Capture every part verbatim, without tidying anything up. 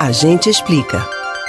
A gente explica.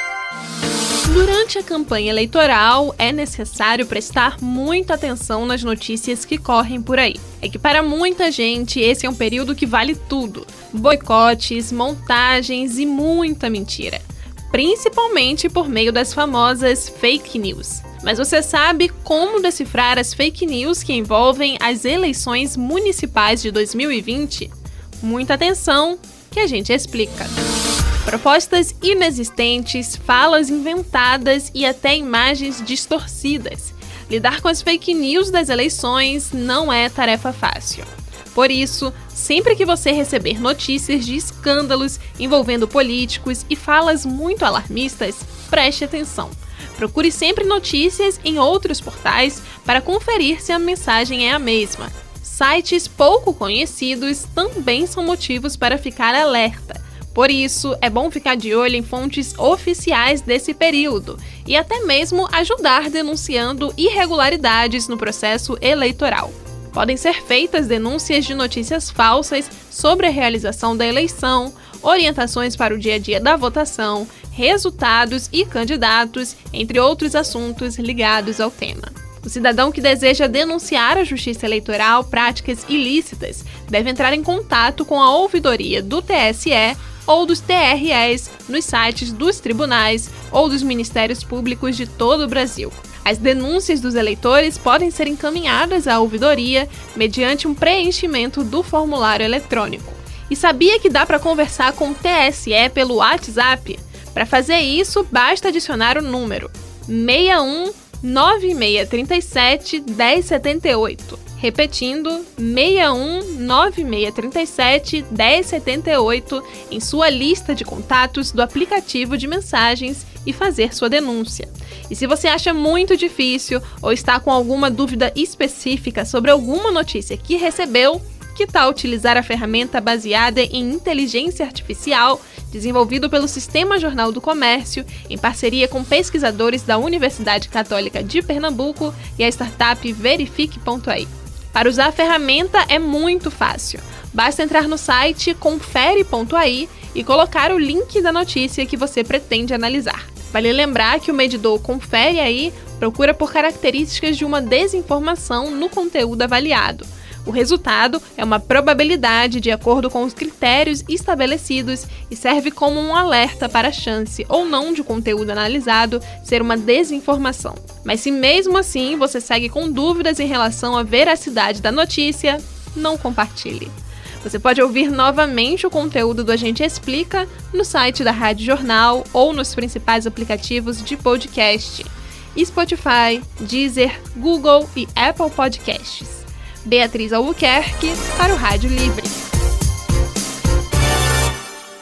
Durante a campanha eleitoral, é necessário prestar muita atenção nas notícias que correm por aí. É que para muita gente esse é um período que vale tudo. Boicotes, montagens e muita mentira. Principalmente por meio das famosas fake news. Mas você sabe como decifrar as fake news que envolvem as eleições municipais de dois mil e vinte? Muita atenção, que a gente explica. Propostas inexistentes, falas inventadas e até imagens distorcidas. Lidar com as fake news das eleições não é tarefa fácil. Por isso, sempre que você receber notícias de escândalos envolvendo políticos e falas muito alarmistas, preste atenção. Procure sempre notícias em outros portais para conferir se a mensagem é a mesma. Sites pouco conhecidos também são motivos para ficar alerta. Por isso, é bom ficar de olho em fontes oficiais desse período e até mesmo ajudar denunciando irregularidades no processo eleitoral. Podem ser feitas denúncias de notícias falsas sobre a realização da eleição, orientações para o dia a dia da votação, resultados e candidatos, entre outros assuntos ligados ao tema. O cidadão que deseja denunciar à Justiça Eleitoral práticas ilícitas deve entrar em contato com a ouvidoria do T S E ou dos T R Es nos sites dos tribunais ou dos ministérios públicos de todo o Brasil. As denúncias dos eleitores podem ser encaminhadas à ouvidoria mediante um preenchimento do formulário eletrônico. E sabia que dá para conversar com o T S E pelo WhatsApp? Para fazer isso, basta adicionar o número seis um nove seis três sete um zero sete oito. Repetindo, seis um nove seis três sete um zero sete oito em sua lista de contatos do aplicativo de mensagens e fazer sua denúncia. E se você acha muito difícil ou está com alguma dúvida específica sobre alguma notícia que recebeu, que tal utilizar a ferramenta baseada em inteligência artificial desenvolvido pelo Sistema Jornal do Comércio em parceria com pesquisadores da Universidade Católica de Pernambuco e a startup Verifique ponto a i. Para usar a ferramenta é muito fácil. Basta entrar no site confere ponto a i e colocar o link da notícia que você pretende analisar. Vale lembrar que o medidor Confere Aí procura por características de uma desinformação no conteúdo avaliado. O resultado é uma probabilidade de acordo com os critérios estabelecidos e serve como um alerta para a chance ou não de o conteúdo analisado ser uma desinformação. Mas se mesmo assim você segue com dúvidas em relação à veracidade da notícia, não compartilhe. Você pode ouvir novamente o conteúdo do A Gente Explica no site da Rádio Jornal ou nos principais aplicativos de podcast: Spotify, Deezer, Google e Apple Podcasts. Beatriz Albuquerque para o Rádio Livre.